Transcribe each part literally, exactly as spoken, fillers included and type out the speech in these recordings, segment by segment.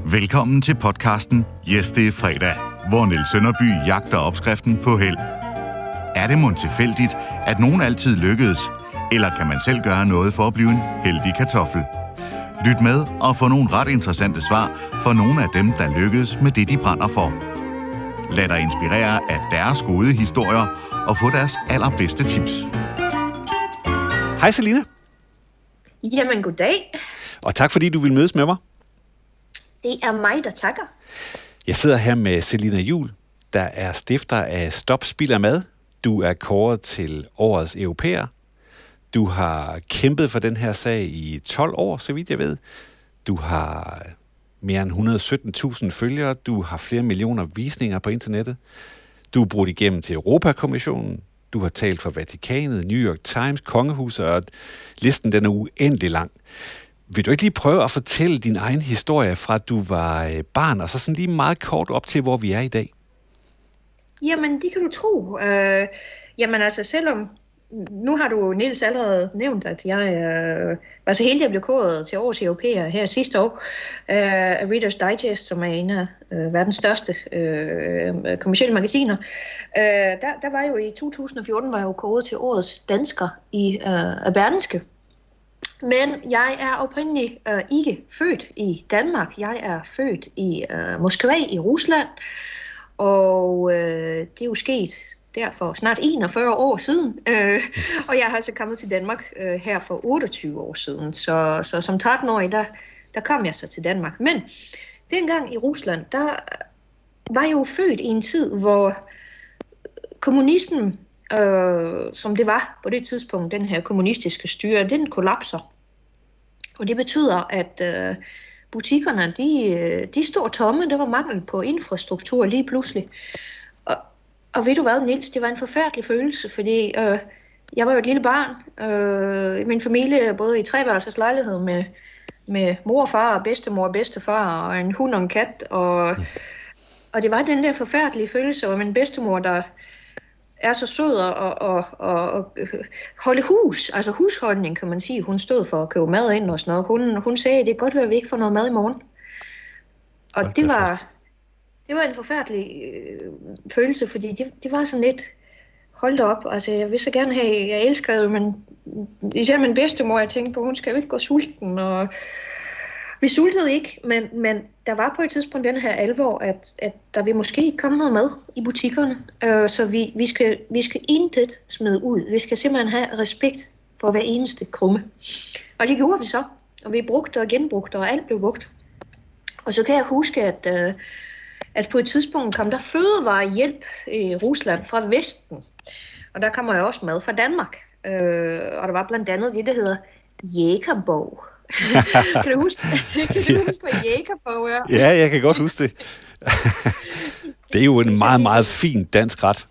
Velkommen til podcasten Yes, det er fredag, hvor Niels Sønderby jagter opskriften på held. Er det mon tilfældigt, at nogen altid lykkedes, eller kan man selv gøre noget for at blive en heldig kartoffel? Lyt med og få nogle ret interessante svar for nogle af dem, der lykkedes med det, de brænder for. Lad dig inspirere af deres gode historier og få deres allerbedste tips. Hej Selina. Jamen, goddag. Og tak fordi du vil mødes med mig. Det er mig, der takker. Jeg sidder her med Selina Juhl, der er stifter af Stop Spild af Mad. Du er kåret til årets europæer. Du har kæmpet for den her sag i tolv år, så vidt jeg ved. Du har mere end et hundrede og sytten tusind følgere. Du har flere millioner visninger på internettet. Du er brudt igennem til Europakommissionen. Du har talt for Vatikanet, New York Times, Kongehuset, og listen den er uendelig lang. Vil du ikke lige prøve at fortælle din egen historie fra du var barn, og så sådan lige meget kort op til, hvor vi er i dag? Jamen, det kan du tro. Øh, jamen altså, selvom nu har du, Niels, allerede nævnt, at jeg øh, var så heldig at blive kåret til årets europæer her sidste år af øh, Reader's Digest, som er en af øh, verdens største øh, kommercielle magasiner. Øh, der, der var jo i to tusind og fjorten var jeg jo kåret til årets dansker i øh, Berlingske. Men jeg er oprindeligt øh, ikke født i Danmark. Jeg er født i øh, Moskva i Rusland, og øh, det er jo sket der for snart enogfyrre år siden. Øh, og jeg har altså kommet til Danmark øh, her for otteogtyve år siden. Så, så som tretten-årig, der, der kom jeg så til Danmark. Men dengang i Rusland, der var jeg jo født i en tid, hvor kommunismen, Øh, som det var på det tidspunkt, den her kommunistiske styre, den kollapser. Og det betyder, at øh, butikkerne, de, de stod tomme. Der var mangel på infrastruktur lige pludselig. Og, og ved du hvad, Niels, det var en forfærdelig følelse, fordi øh, jeg var jo et lille barn. Øh, min familie boede i treværelses lejlighed med, med mor og far og bedstemor og bedstefar og en hund og en kat. Og, og det var den der forfærdelige følelse, og min bedstemor, der er så sød og, og, og, og holde hus, altså husholdning kan man sige. Hun stod for at købe mad ind og sådan noget. Hun, hun sagde, at det er godt, at vi ikke får noget mad i morgen. Og Hold det var, det var en forfærdelig øh, følelse, fordi det, det var sådan lidt, hold da op, altså jeg vil så gerne have, jeg elsker det, men især min bedstemor, jeg tænkte på, hun skal jo ikke gå sulten, og vi sultede ikke, men, men der var på et tidspunkt den her alvor, at, at der vil måske ikke komme noget mad i butikkerne. Øh, så vi, vi, skal, vi skal intet smide ud. Vi skal simpelthen have respekt for hver eneste krumme. Og det gjorde vi så. Og vi brugte og genbrugte, og alt blev brugt. Og så kan jeg huske, at, øh, at på et tidspunkt kom der fødevarehjælp i Rusland fra Vesten. Og der kommer jo også mad fra Danmark. Øh, og der var blandt andet det, der hedder Jægerbog. Kan du huske, kan du huske på Jægerbog? Ja? Ja, jeg kan godt huske det. Det er jo en meget, meget fin dansk ret.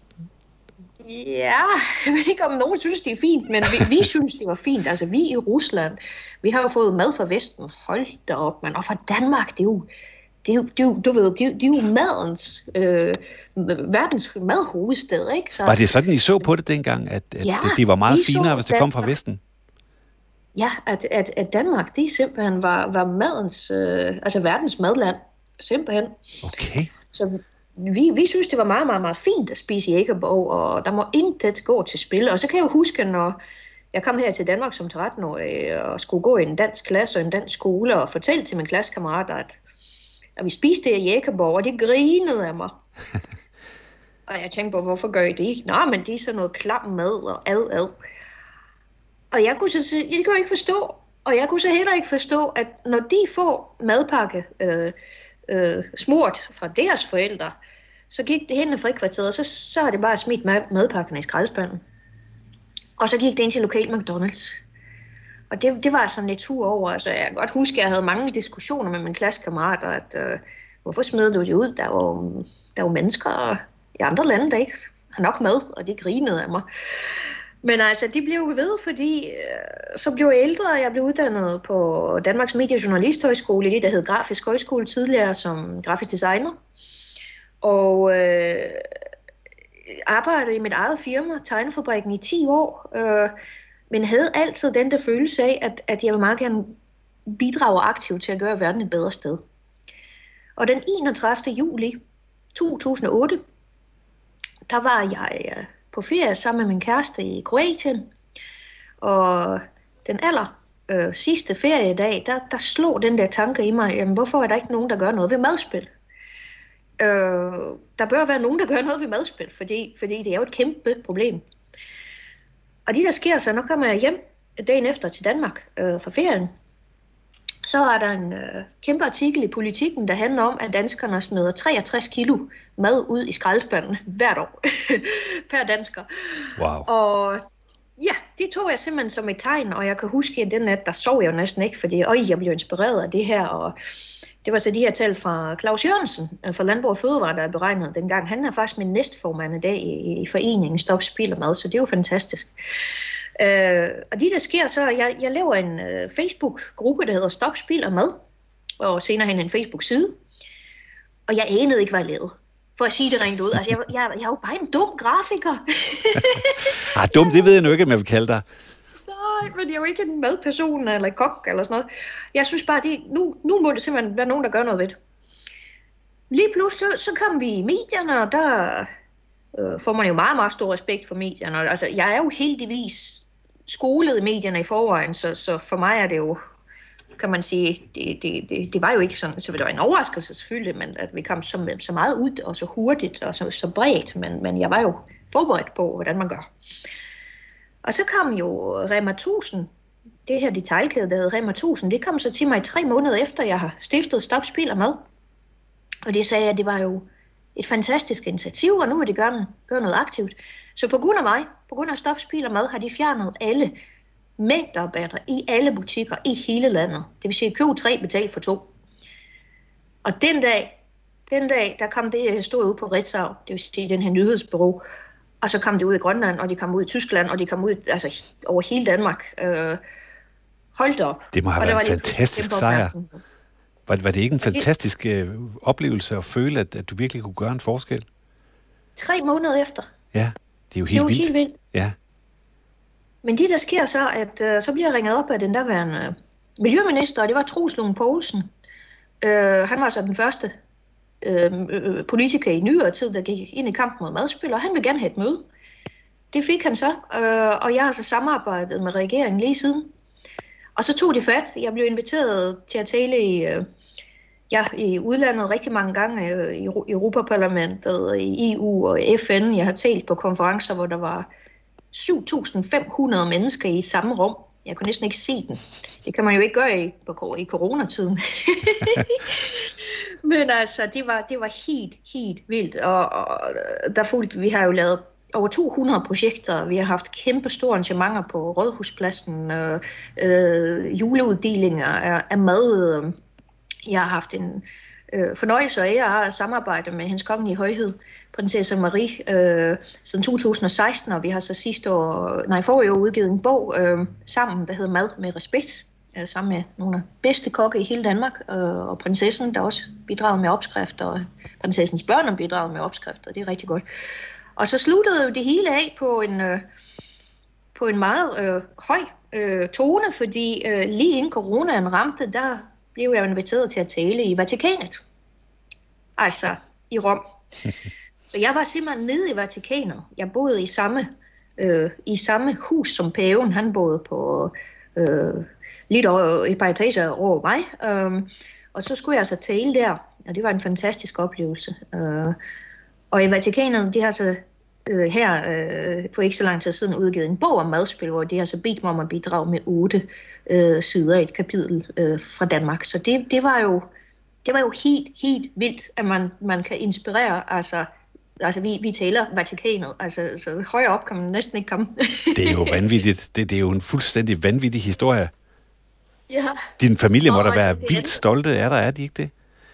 Ja, jeg ved ikke, om nogen synes, det er fint, men vi, vi synes, det var fint. Altså, vi i Rusland, vi har jo fået mad fra Vesten. Hold da op, man. Og fra Danmark, det er jo, det er jo, det er jo du ved, det er, det er jo madens, øh, verdens madhovedstad, ikke? Så, var det sådan, I så på det dengang, at, at ja, det var meget finere, hvis det kom fra Vesten? Ja, at, at, at Danmark, det simpelthen var, var madens, øh, altså verdens madland, simpelthen. Okay. Så vi, vi synes, det var meget, meget, meget fint at spise Jægerbog, og der må intet gå til spil. Og så kan jeg jo huske, når jeg kom her til Danmark som tretten-årig, og skulle gå i en dansk klasse og en dansk skole, og fortælle til mine klassekammerater, at, at vi spiste det af Jægerbog, og det grinede af mig. Og jeg tænkte på, hvorfor gør I det? Nå, men det er sådan noget klam mad og ad, ad. Og jeg kunne så jeg kunne ikke forstå, og jeg kunne så heller ikke forstå, at når de får madpakke øh, øh, smurt fra deres forældre, så gik det hen i frikvarteret, og så, så er det bare smidt mad, madpakken i skraldespanden. Og så gik det ind til lokal McDonald's. Og det, det var sådan lidt tur over. Altså, jeg kan godt huske, at jeg havde mange diskussioner med mine klassekammerater, at øh, hvorfor smed du det ud? Der var, der var mennesker i andre lande, der ikke har nok mad, og det grinede af mig. Men altså, de blev ved, fordi øh, så blev jeg ældre, og jeg blev uddannet på Danmarks Medie- og Journalisthøjskole, det der hed Grafisk Højskole tidligere som grafisk designer. Og øh, arbejdede i mit eget firma, Tegnefabrikken, i ti år. Øh, men havde altid den der følelse af, at, at jeg vil meget gerne bidrage aktivt til at gøre verden et bedre sted. Og den enogtredivte juli to tusind og otte, der var jeg på ferie sammen med min kæreste i Kroatien. Og den aller øh, sidste feriedag, der, der slog den der tanke i mig, jamen, hvorfor er der ikke nogen, der gør noget ved madspil? Øh, der bør være nogen, der gør noget ved madspil, fordi, fordi det er jo et kæmpe problem. Og det der sker så, nu kommer jeg hjem dagen efter til Danmark øh, fra ferien, så er der en øh, kæmpe artikel i Politikken, der handler om, at danskerne smider treogtres kilo mad ud i skraldespanden hvert år per dansker. Wow. Og ja, det tog jeg simpelthen som et tegn, og jeg kan huske, at den nat, der sov jeg jo næsten ikke, fordi øj, jeg blev inspireret af det her, og det var så de her tal fra Claus Jørgensen fra Landbrug og Fødevare, der er beregnet dengang. Han er faktisk min næstformand i dag i, i foreningen Stop Spild og Mad, så det er jo fantastisk. Øh, og det der sker så, jeg, jeg laver en uh, Facebook-gruppe, der hedder Stop Spild og Mad, og senere hen en Facebook-side, og jeg anede ikke, hvad jeg lavede. For at sige det rent ud. Altså, jeg, jeg, jeg er jo bare en dum grafiker. ah, dum, det ved jeg nu ikke, om jeg vil kalde dig. Nej, men jeg er jo ikke en madperson eller en kok eller sådan noget. Jeg synes bare, det, nu, nu må det simpelthen være nogen, der gør noget ved det. Lige pludselig, så, så kom vi i medierne, og der øh, får man jo meget, meget stor respekt for medierne. Altså, jeg er jo heldigvis skolet i medierne i forvejen, så, så for mig er det jo, kan man sige, det, det, det, det var jo ikke sådan, så det var en overraskelse selvfølgelig, men at vi kom så, så meget ud, og så hurtigt, og så, så bredt, men, men jeg var jo forberedt på, hvordan man gør. Og så kom jo Rema tusind, det her detailkæde, der hedder Rema tusind, det kom så til mig tre måneder efter, jeg har stiftet Stop Spild og Mad. Og det sagde, at det var jo et fantastisk initiativ, og nu vil de gøre, gøre noget aktivt. Så på grund af mig, på grund af Stop Spild og Mad, har de fjernet alle mængderabatter i alle butikker i hele landet. Det vil sige, køb tre, betal for to. Og den dag, den dag, der kom det stod ud på Ritzau, det vil sige den her nyhedsbureau, og så kom det ud i Grønland, og de kom ud i Tyskland, og de kom ud altså, over hele Danmark. Øh, hold da op. Det må have været en fantastisk sejr. Var, var det ikke en fantastisk øh, oplevelse at føle, at, at du virkelig kunne gøre en forskel? Tre måneder efter. Ja, det er jo helt det vildt. Helt vildt. Ja. Men det, der sker så, at øh, så bliver jeg ringet op af den derværende miljøminister, og det var Troels Lund Poulsen. Øh, han var så den første øh, øh, politiker i nyere tid, der gik ind i kampen mod madspil, og han ville gerne have et møde. Det fik han så, øh, og jeg har så samarbejdet med regeringen lige siden. Og så tog de fat. Jeg blev inviteret til at tale i, øh, ja, i udlandet rigtig mange gange, øh, i Europaparlamentet, i E U og F N. Jeg har talt på konferencer, hvor der var syv tusind fem hundrede mennesker i samme rum. Jeg kunne næsten ikke se den. Det kan man jo ikke gøre i, på, i coronatiden. Men altså, det var, det var helt, helt vildt. Og, og der fulgte, vi har jo lavet over to hundrede projekter. Vi har haft kæmpe store arrangementer på Rådhuspladsen, øh, øh, juleuddelinger af, af mad. Jeg har haft en øh, fornøjelse og ære at samarbejde med Hendes Kongelige Højhed, prinsesse Marie, øh, siden to tusind og seksten, og vi har så sidste år, nej, forrige år udgivet en bog øh, sammen, der hedder Mad med Respekt, øh, sammen med nogle af bedste kokke i hele Danmark, øh, og prinsessen, der også bidrager med opskrifter, og prinsessens børn har bidraget med opskrifter, det er rigtig godt. Og så sluttede jo det hele af på en, øh, på en meget øh, høj øh, tone, fordi øh, lige inden coronaen ramte, der blev jeg inviteret til at tale i Vatikanet. Altså i Rom. Så jeg var simpelthen nede i Vatikanet. Jeg boede i samme, øh, i samme hus som paven. Han boede på øh, lidt over, et par etager over mig. Øh, og så skulle jeg så tale der, og det var en fantastisk oplevelse. Øh, og i Vatikanet, de har så øh, her øh, for ikke så lang tid siden udgivet en bog om madspil, hvor de har så bedt mig om at bidrage med otte øh, sider i et kapitel øh, fra Danmark. Så det, det var jo det var jo helt, helt vildt, at man, man kan inspirere, altså, altså vi, vi taler Vatikanet, altså så højere op kan man næsten ikke komme. Det er jo vanvittigt. Det, det er jo en fuldstændig vanvittig historie. Ja. Din familie må og da være altså, vildt stolte af dig, er de ikke det?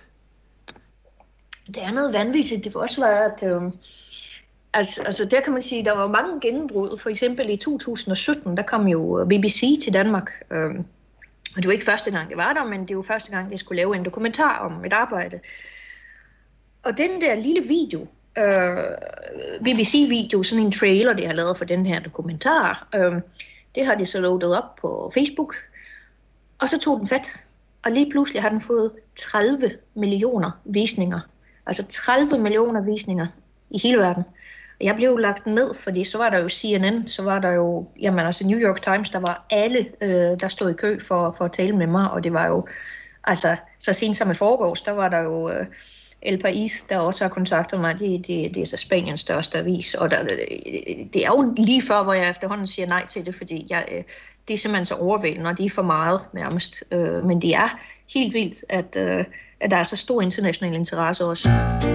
Det er noget vanvittigt. Det var også var, at øh, altså, altså der kan man sige, der var mange gennembrud. For eksempel i to tusind og sytten, der kom jo B B C til Danmark. Øh, og det var ikke første gang, det var der, men det var første gang, jeg skulle lave en dokumentar om et arbejde. Og den der lille video, øh, B B C-video, sådan en trailer, det har lavet for den her dokumentar, øh, det har de så loadet op på Facebook. Og så tog den fat. Og lige pludselig har den fået tredive millioner visninger. Altså tredive millioner visninger i hele verden. Og jeg blev lagt ned, fordi så var der jo C N N, så var der jo, jamen altså New York Times, der var alle, øh, der stod i kø for, for at tale med mig, og det var jo, altså så sent som i forgårs, der var der jo øh, El País, der også har kontaktet mig, det, det, det er så Spaniens største avis, og der, det er jo lige før, hvor jeg efterhånden siger nej til det, fordi jeg, øh, det er simpelthen så overvældende, og det er for meget nærmest, øh, men det er helt vildt, at, øh, at der er så stor international interesse også.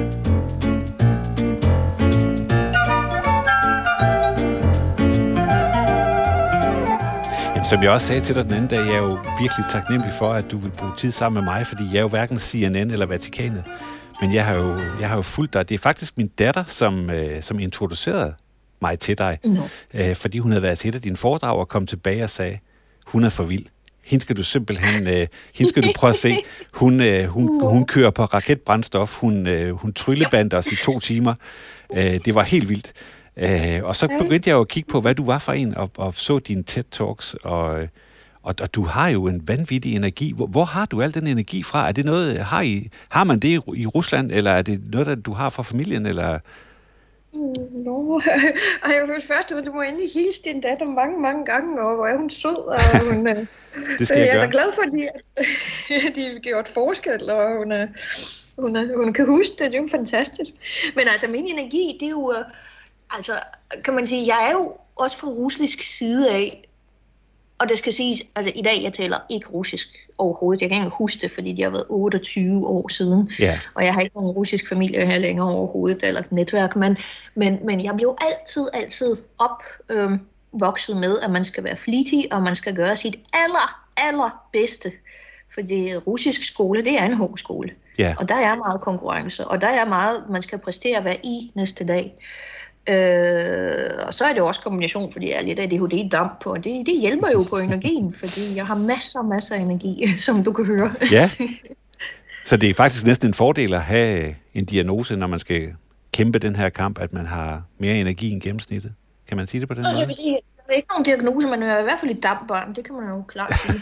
Som jeg også sagde til dig den anden dag, jeg er jo virkelig taknemmelig for, at du vil bruge tid sammen med mig, fordi jeg er jo hverken C N N eller Vatikanet, men jeg har jo, jeg har jo fulgt dig. Det er faktisk min datter, som, øh, som introducerede mig til dig, no. øh, fordi hun havde været til et af dine foredrag og kom tilbage og sagde, hun er for vild. Hende skal du simpelthen, øh, hende skal du prøve at se. Hun, øh, hun, no. hun kører på raketbrændstof, hun, øh, hun tryllebandt os i to timer. Øh, det var helt vildt. Øh, og så begyndte jeg jo at kigge på, hvad du var for en, og, og så dine TED-talks, og, og, og du har jo en vanvittig energi. Hvor, hvor har du al den energi fra? Er det noget, har, I, har man det i, i Rusland, eller er det noget, der du har fra familien, eller... Nå, og jeg vil først, at du må endelig hilse din datter mange, mange gange, og hvor er hun sød, og hun, det skal jeg, jeg er glad for, at de, de har gjort forskel, og hun, er, hun, er, hun kan huske det, det er jo fantastisk. Men altså, min energi, det er jo... Altså, kan man sige, jeg er jo også fra russisk side af, og det skal siges, altså i dag, jeg taler ikke russisk overhovedet. Jeg kan ikke huske det, fordi det har været otteogtyve år siden, yeah. og jeg har ikke nogen russisk familie her længere overhovedet, eller et netværk, men, men, men jeg blev altid, altid opvokset øh, med, at man skal være flittig, og man skal gøre sit aller, aller bedste, fordi russisk skole, det er en hård skole, yeah. og der er meget konkurrence, og der er meget, man skal præstere hver i næste dag. Øh, og så er det jo også kombination, fordi jeg er lidt af A D H D-damp på, og det, det hjælper jo på energien, fordi jeg har masser og masser af energi, som du kan høre. Ja, så det er faktisk næsten en fordel at have en diagnose, når man skal kæmpe den her kamp, at man har mere energi end gennemsnittet. Kan man sige det på den altså, måde? Jeg vil sige, der er ikke nogen diagnose, men jeg er i hvert fald et dampbarn, det kan man jo klart sige.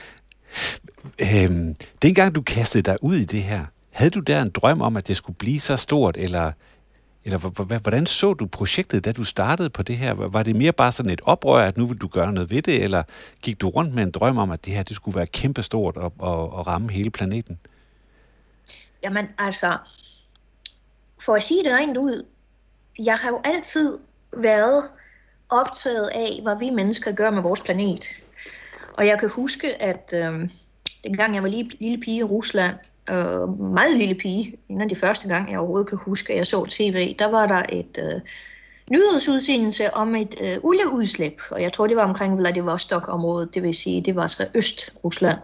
øhm, dengang du kastede dig ud i det her, havde du der en drøm om, at det skulle blive så stort, eller... Eller hvordan så du projektet, da du startede på det her? Var det mere bare sådan et oprør, at nu vil du gøre noget ved det, eller gik du rundt med en drøm om, at det her det skulle være kæmpestort og, og, og ramme hele planeten? Jamen altså, for at sige det rent ud, jeg har jo altid været optaget af, hvad vi mennesker gør med vores planet. Og jeg kan huske, at øh, dengang jeg var lille, lille pige i Rusland, Uh, meget lille pige, en af de første gange, jeg overhovedet kan huske, at jeg så tv, der var der et uh, nyhedsudsendelse om et uh, olieudslip, og jeg tror, det var omkring Vladivostok-området, det vil sige, det var altså Øst-Rusland.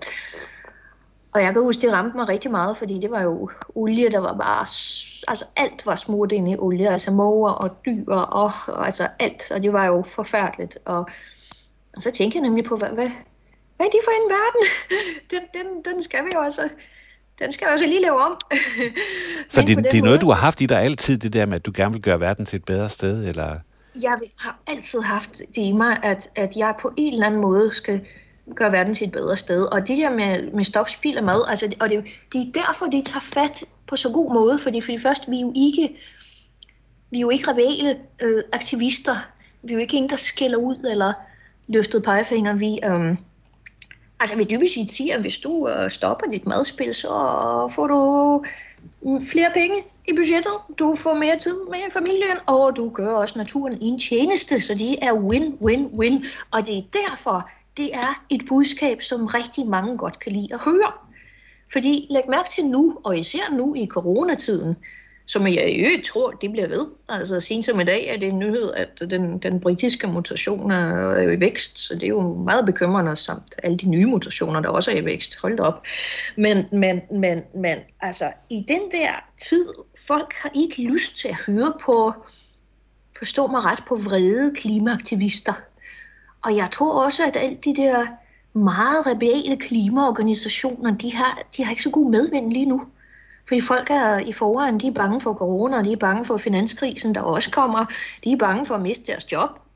Og jeg kan huske, det ramte mig rigtig meget, fordi det var jo olie, der var bare, altså alt var smurt ind i olie, altså måger og dyr og, og altså alt, og det var jo forfærdeligt. Og, og så tænkte jeg nemlig på, hvad, hvad, hvad er det for en verden? den, den, den skal vi jo altså... Den skal jeg også lige lave om. Så det, det er noget, du har haft i dig altid, det der med, at du gerne vil gøre verden til et bedre sted? Eller? Jeg har altid haft det i mig, at, at jeg på en eller anden måde skal gøre verden til et bedre sted. Og det der med, med stop, spild og mad, altså, og det, det er derfor, de tager fat på så god måde. Fordi for det første, vi er jo ikke, vi er jo ikke rebelle øh, aktivister. Vi er jo ikke en, der skælder ud eller løftet pegefinger. Vi... Øh, Altså, jeg vil dybest set sige, at hvis du øh, stopper dit madspil, så får du flere penge i budgettet. Du får mere tid med familien, og du gør også naturen en tjeneste, så det er win-win-win. Og det er derfor, det er et budskab, som rigtig mange godt kan lide at høre. Fordi læg mærke til nu, og især nu i coronatiden, som jeg i øvrigt tror, det bliver ved. Altså sent som i dag er det en nyhed, at den, den britiske mutation er i vækst, så det er jo meget bekymrende, samt alle de nye mutationer, der også er i vækst. Hold da op. Men, men, men, men altså, i den der tid, folk har ikke lyst til at høre på, forstå mig ret, på vrede klimaaktivister. Og jeg tror også, at alle de der meget rebelle klimaorganisationer, de har, de har ikke så god medvind lige nu. Fordi folk er i forvejen, de er bange for corona, de er bange for finanskrisen, der også kommer. De er bange for at miste deres job.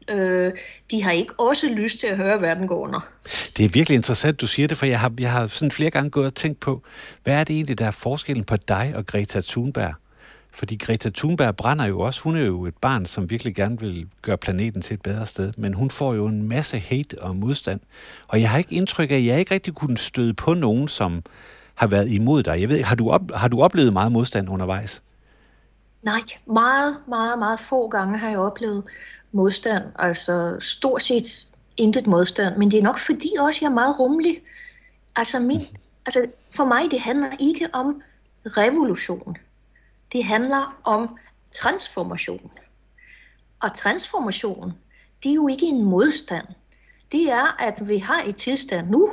Øh, de har ikke også lyst til at høre, at verden går under. Det er virkelig interessant, du siger det, for jeg har, jeg har sådan flere gange gået og tænkt på, hvad er det egentlig, der er forskellen på dig og Greta Thunberg? Fordi Greta Thunberg brænder jo også. Hun er jo et barn, som virkelig gerne vil gøre planeten til et bedre sted. Men hun får jo en masse hate og modstand. Og jeg har ikke indtryk af, at jeg ikke rigtig kunne støde på nogen, som har været imod dig. Jeg ved ikke, har du, op, har du oplevet meget modstand undervejs? Nej, meget, meget, meget få gange har jeg oplevet modstand. Altså stort set intet modstand. Men det er nok fordi også, jeg er meget rummelig. Altså, min, altså for mig, det handler ikke om revolution. Det handler om transformation. Og transformation, det er jo ikke en modstand. Det er, at vi har et tilstand nu,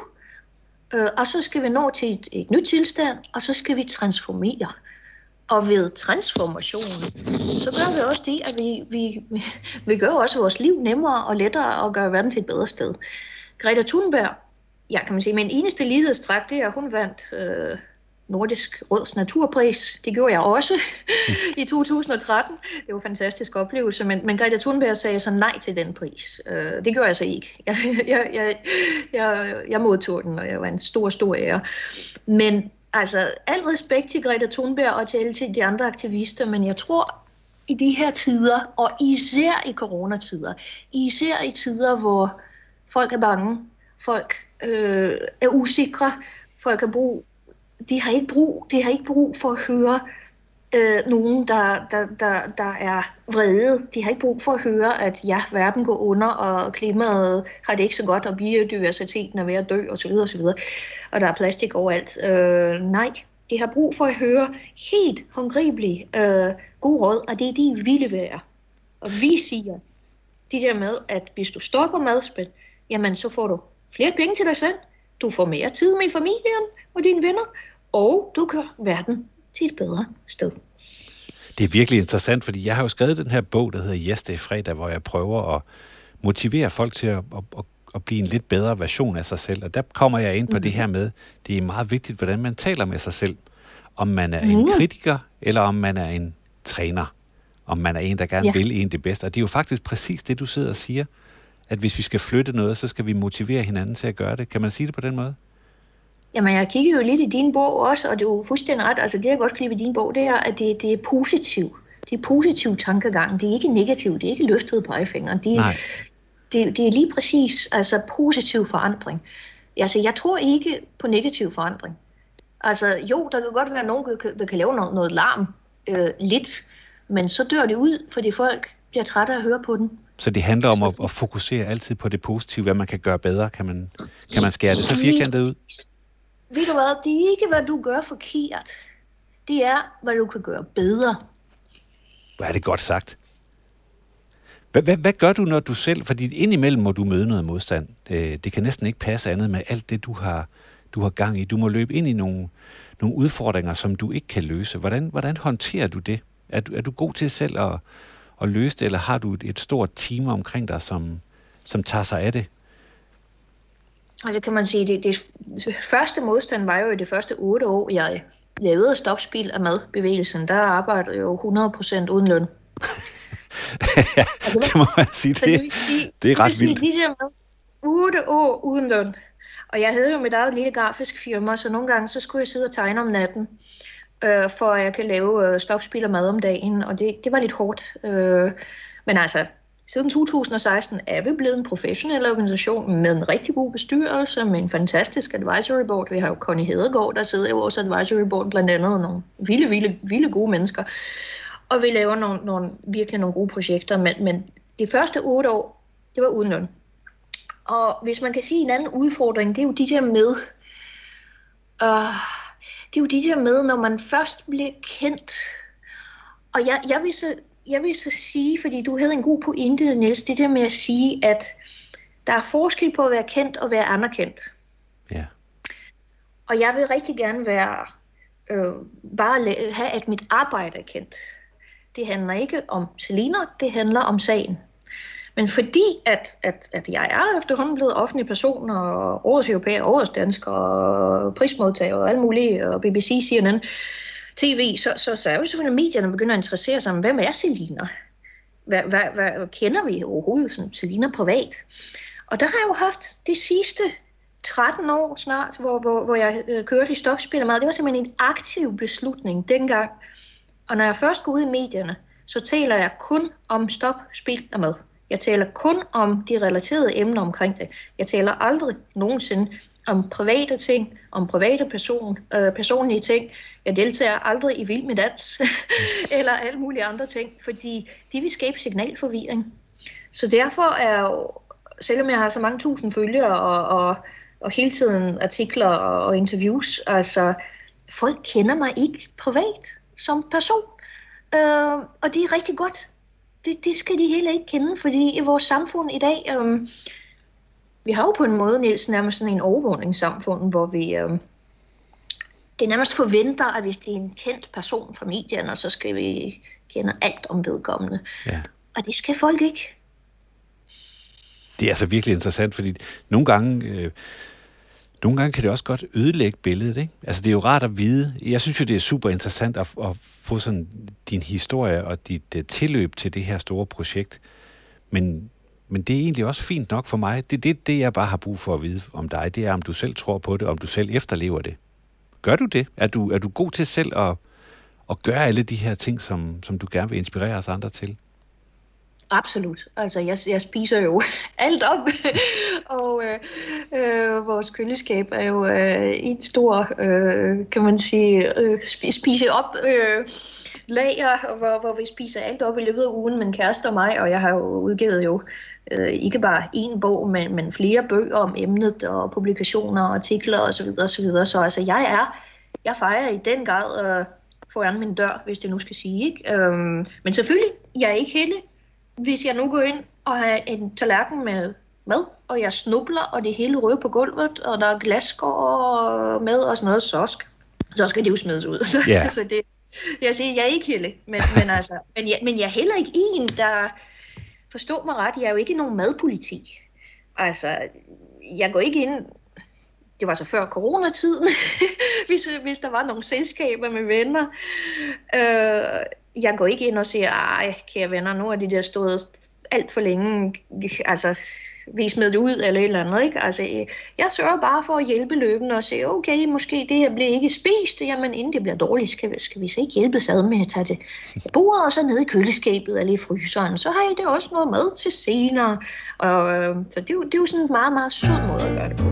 øh, og så skal vi nå til et, et nyt tilstand, og så skal vi transformere. Og ved transformation, så gør vi også det, at vi, vi, vi gør også vores liv nemmere og lettere og gør verden til et bedre sted. Greta Thunberg, ja, kan man sige, men eneste lighedstræk, det er, at hun vandt øh, Nordisk Råds Naturpris. Det gjorde jeg også i to tusind og tretten. Det var en fantastisk oplevelse, men, men Greta Thunberg sagde så nej til den pris. Uh, det gjorde jeg så ikke. Jeg, jeg, jeg, jeg, jeg modtog den, og jeg var en stor, stor ære. Men altså, al respekt til Greta Thunberg og til alle til de andre aktivister, men jeg tror, i de her tider, og især i coronatider, især i tider, hvor folk er bange, folk øh, er usikre, folk har brug De har ikke brug, de har ikke brug for at høre øh, nogen, der, der, der, der er vrede. De har ikke brug for at høre, at ja, verden går under, og klimaet har det ikke så godt, og biodiversiteten er ved at dø, osv. osv. Og der er plastik overalt. Øh, nej, de har brug for at høre helt håndgribelige øh, gode råd, og det er de ville være. Og vi siger det der med, at hvis du stopper madspil, jamen så får du flere penge til dig selv, du får mere tid med familien og dine venner, og du gør verden til et bedre sted. Det er virkelig interessant, fordi jeg har jo skrevet den her bog, der hedder Yes, det er fredag, hvor jeg prøver at motivere folk til at, at, at, at blive en lidt bedre version af sig selv. Og der kommer jeg ind på mm. det her med, det er meget vigtigt, hvordan man taler med sig selv. Om man er mm. en kritiker, eller om man er en træner. Om man er en, der gerne ja. vil en det bedste. Og det er jo faktisk præcis det, du sidder og siger, at hvis vi skal flytte noget, så skal vi motivere hinanden til at gøre det. Kan man sige det på den måde? Jamen, jeg kigger jo lidt i din bog også, og det er jo fuldstændig ret. Altså, det jeg godt kan lide ved din bog, det er, at det, det er positivt. Det er positiv tankegang. Det er ikke negativt. Det er ikke løftede pegefingre. Det, det, det er lige præcis altså, positiv forandring. Altså, jeg tror ikke på negativ forandring. Altså, jo, der kan godt være nogen, der kan, der kan lave noget, noget larm øh, lidt, men så dør det ud, fordi folk bliver trætte af at høre på den. Så det handler om at, at fokusere altid på det positive, hvad man kan gøre bedre. Kan man, kan man skære det så firkantet ud? Ved du hvad, det er ikke, hvad du gør forkert. Det er, hvad du kan gøre bedre. Hvor er det godt sagt. Hvad, hvad, hvad gør du, når du selv, fordi indimellem må du møde noget modstand. Det, det kan næsten ikke passe andet med alt det, du har, du har gang i. Du må løbe ind i nogle, nogle udfordringer, som du ikke kan løse. Hvordan, hvordan håndterer du det? Er du, er du god til selv at, at løse det, eller har du et, et stort team omkring dig, som, som tager sig af det? Altså kan man sige, det, det, det første modstand var jo i de første otte år, jeg lavede stopspil af madbevægelsen. Der arbejdede jeg jo hundrede procent uden løn. Ja, altså, det må man sige. Det, det, sige, det er ret vildt. Det der med otte år uden løn. Og jeg havde jo mit eget lille grafisk firma, så nogle gange så skulle jeg sidde og tegne om natten, øh, for at jeg kan lave øh, stopspil af mad om dagen. Og det, det var lidt hårdt. Øh, men altså... Siden to tusind og seksten er vi blevet en professionel organisation med en rigtig god bestyrelse, med en fantastisk advisory board. Vi har jo Connie Hedegaard, der sidder i vores advisory board, blandt andet nogle vilde, vilde, vilde gode mennesker. Og vi laver nogle, nogle, virkelig nogle gode projekter, men, men de første otte år, det var uden løn. Og hvis man kan sige en anden udfordring, det er jo de der med, uh, det er jo de der med, når man først bliver kendt. Og jeg, jeg vil så... Jeg vil så sige, fordi du havde en god pointe, Niels, det der med at sige, at der er forskel på at være kendt og være anerkendt. Ja. Og jeg vil rigtig gerne være, øh, bare have, at mit arbejde er kendt. Det handler ikke om Selina, det handler om sagen. Men fordi, at, at, at jeg er efterhånden blevet offentlig person, og årets europæer, årets dansker, og prismodtager og alt muligt, og B B C, C N N, T V, så, så, så er jo selvfølgelig, at medierne begynder at interessere sig om, hvem er Selina? hvad, hvad, hvad kender vi overhovedet som Selina privat? Og der har jeg jo haft de sidste tretten år snart, hvor, hvor, hvor jeg øh, kørte i Stokspillermad. Det var simpelthen en aktiv beslutning dengang. Og når jeg først går ud i medierne, så taler jeg kun om Stokspillermad. Jeg taler kun om de relaterede emner omkring det. Jeg taler aldrig nogensinde om private ting, om private person, øh, personlige ting. Jeg deltager aldrig i Vild med Dans, eller alle mulige andre ting, fordi de vil skabe signalforvirring. Så derfor er jo, selvom jeg har så mange tusind følgere, og, og, og hele tiden artikler og, og interviews, altså, folk kender mig ikke privat som person. Øh, og det er rigtig godt. Det, det skal de heller ikke kende, fordi i vores samfund i dag, øh, vi har jo på en måde, Niels, nærmest sådan en overvågningssamfund, hvor vi øh, det nærmest forventer, at hvis det er en kendt person fra medierne, så skal vi kende alt om vedkommende. Ja. Og det skal folk ikke. Det er altså virkelig interessant, fordi nogle gange, øh, nogle gange kan det også godt ødelægge billedet, ikke? Altså det er jo rart at vide. Jeg synes jo, det er super interessant at, at få sådan din historie og dit uh, tilløb til det her store projekt. Men, men det er egentlig også fint nok for mig. Det, det, det, jeg bare har brug for at vide om dig, det er, om du selv tror på det, om du selv efterlever det. Gør du det? Er du, er du god til selv at, at gøre alle de her ting, som, som du gerne vil inspirere os andre til? Absolut. Altså, jeg, jeg spiser jo alt op, og øh, øh, vores køleskab er jo øh, en stor, øh, kan man sige, øh, spise op øh, lager, hvor, hvor vi spiser alt op i løbet af ugen, min kæreste og mig, og jeg har jo udgivet jo øh, ikke bare én bog, men, men flere bøger om emnet, og publikationer, og artikler osv. osv. Så altså, jeg er, jeg fejrer i den grad øh, foran min dør, hvis det nu skal sige, ikke? Øh, men selvfølgelig, jeg er ikke heldig. Hvis jeg nu går ind og har en tallerken med mad, og jeg snubler, og det hele rører på gulvet, og der er glasskår med og sådan noget, så skal, så skal det jo smides ud. Så, yeah. så det, jeg siger, jeg er ikke heldig, men, men, altså, men, jeg, men jeg er heller ikke en, der forstår mig ret. Jeg er jo ikke nogen madpoliti. Altså, jeg går ikke ind, det var så før coronatiden, hvis, hvis der var nogle selskaber med venner. Øh, Jeg går ikke ind og siger, ej, kære venner, nu er de der stået alt for længe, altså, vi smed det ud eller et eller andet, ikke? Altså, jeg sørger bare for at hjælpe løbende og sige, okay, måske det her bliver ikke spist, jamen inden det bliver dårligt, skal vi, skal vi så ikke hjælpes ad med at tage det i bordet og så ned i køleskabet eller i fryseren, så har I det også noget mad til senere, og øh, så det er, jo, det er jo sådan en meget, meget sød måde at gøre det på.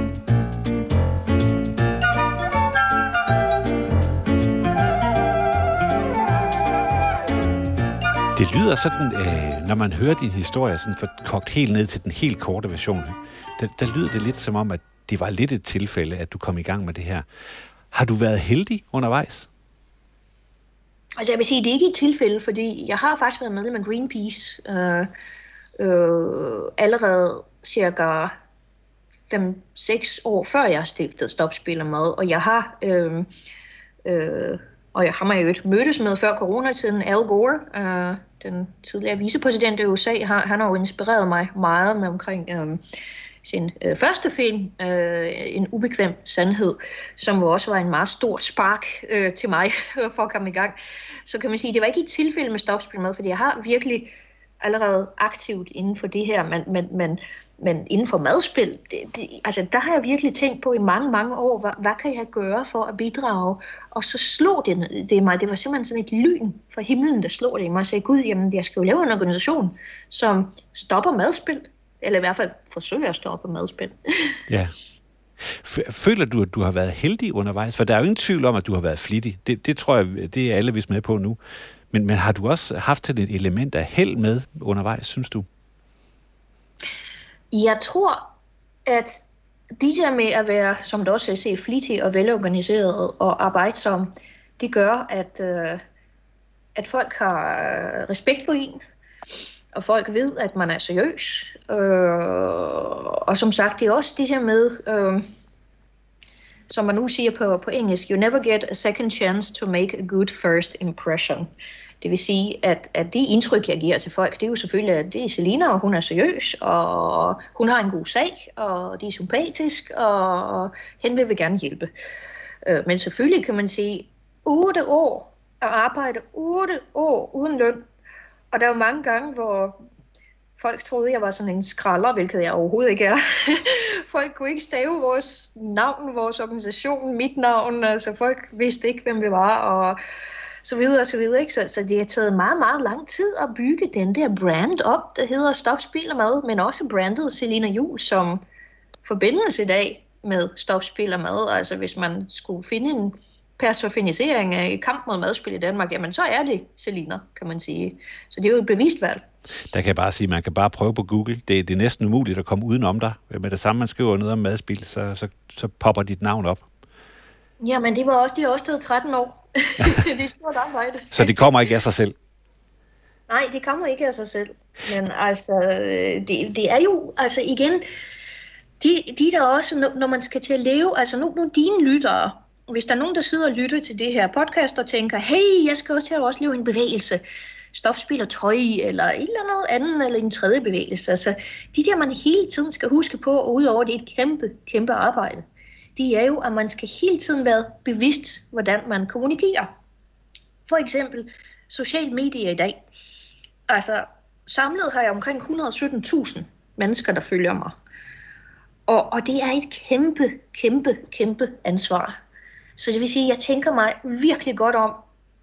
Det lyder sådan, øh, når man hører din historie, sådan for kogt helt ned til den helt korte version, der, der lyder det lidt som om, at det var lidt et tilfælde, at du kom i gang med det her. Har du været heldig undervejs? Altså jeg vil sige, at det er ikke et tilfælde, fordi jeg har faktisk været medlem af Greenpeace øh, øh, allerede cirka fem seks år før jeg stiftede Stopspillermad, og jeg har... Øh, øh, Og jeg har mig jo mødtes med før coronatiden, Al Gore, øh, den tidligere vicepræsident i U S A, har, han har jo inspireret mig meget med omkring øh, sin øh, første film, øh, En ubekvem sandhed, som også var en meget stor spark øh, til mig for at komme i gang. Så kan man sige, det var ikke et tilfælde med Stopspillermad, fordi jeg har virkelig allerede aktivt inden for det her, men, men, men, men inden for madspil, det, det, altså der har jeg virkelig tænkt på i mange, mange år, hvad, hvad kan jeg gøre for at bidrage? Og så slog det, det mig, det var simpelthen sådan et lyn fra himlen, der slog det i mig, og sagde, gud, jamen jeg skal jo lave en organisation, som stopper madspil, eller i hvert fald forsøger at stoppe madspil. Ja. Føler du, at du har været heldig undervejs? For der er jo ingen tvivl om, at du har været flittig. Det, det tror jeg, det er alle vist med på nu. Men, men har du også haft et element af held med undervejs, synes du? Jeg tror, at det der med at være, som du også siger, flittig og velorganiseret og arbejdsom, det gør, at, øh, at folk har respekt for en, og folk ved, at man er seriøs. Øh, og som sagt, det er også det her med, øh, som man nu siger på, på engelsk, you never get a second chance to make a good first impression. Det vil sige, at, at det indtryk, jeg giver til folk, det er jo selvfølgelig, at det er Selina, og hun er seriøs, og hun har en god sag, og det er sympatisk, og hende vil vi gerne hjælpe. Men selvfølgelig kan man sige, otte år at arbejde, otte år uden løn, Og der var mange gange, hvor folk troede, jeg var sådan en skralder, hvilket jeg overhovedet ikke er. Folk kunne ikke stave vores navn, vores organisation, mit navn. Altså folk vidste ikke, hvem vi var, og så videre og så videre. Ikke? Så, så det har taget meget, meget lang tid at bygge den der brand op, der hedder Stop Spil og Mad, men også brandet Selina Juul, som forbindes i dag med Stop Spil og Mad. Altså hvis man skulle finde en personificering af kamp mod madspil i Danmark, jamen så er det Selina, kan man sige. Så det er jo et bevidst valg. Der kan jeg bare sige, man kan bare prøve på Google. Det, det er næsten umuligt at komme udenom dig. Med det samme, man skriver noget om madspil, så, så, så popper dit navn op. Jamen, det var også, de har også stået tretten år. Det er stort arbejde. Så det kommer ikke af sig selv? Nej, det kommer ikke af sig selv. Men altså, det, det er jo, altså igen, de, de der også, når man skal til at leve, altså nu, nu dine lyttere, hvis der er nogen, der sidder og lytter til det her podcast og tænker, hey, jeg skal også til at også leve en bevægelse, Stop Spil og Tøj, eller et eller andet andet, eller en tredje bevægelse. Altså, de der, man hele tiden skal huske på, og udover det er et kæmpe, kæmpe arbejde, det er jo, at man skal hele tiden være bevidst, hvordan man kommunikerer. For eksempel, social medier i dag. Altså, samlet har jeg omkring et hundrede og sytten tusind mennesker, der følger mig. Og, og det er et kæmpe, kæmpe, kæmpe ansvar. Så det vil sige, at jeg tænker mig virkelig godt om,